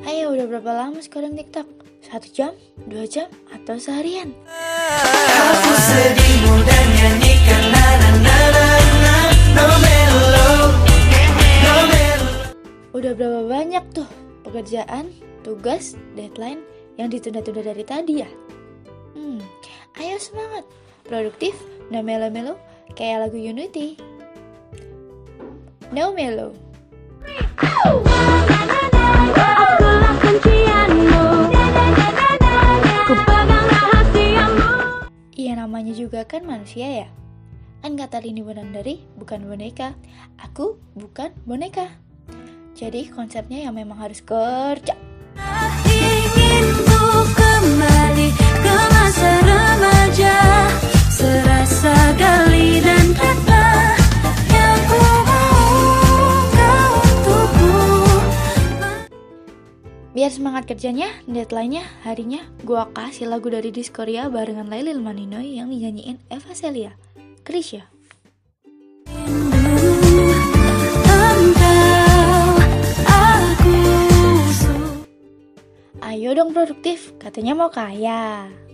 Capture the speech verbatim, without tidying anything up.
Ayo, udah berapa lama sekarang TikTok? Satu jam? Dua jam? Atau seharian? Aku sedih mudah nyanyikan na na na na na no melo, no melo. Udah berapa banyak tuh pekerjaan, tugas, deadline yang ditunda-tunda dari tadi ya? Hmm, ayo semangat, produktif, no melo-melo, kayak lagu Unity. No melo. Akulah kuncianmu, ku pegang rahasiamu. Iya, namanya juga kan manusia ya. Kan kata Lini Wunandari bukan boneka, aku bukan boneka. Jadi konsepnya yang memang harus kerja. Ingin ku kembali ke masa remaja, serasa gali dan rata yang ku mau kau untukku. Biar semangat kerjanya, deadline-nya, harinya, gua kasih lagu dari Diskoria barengan Lailil Maninoy yang dinyanyiin Eva Celia. Krisya. Ayo dong produktif, katanya mau kaya.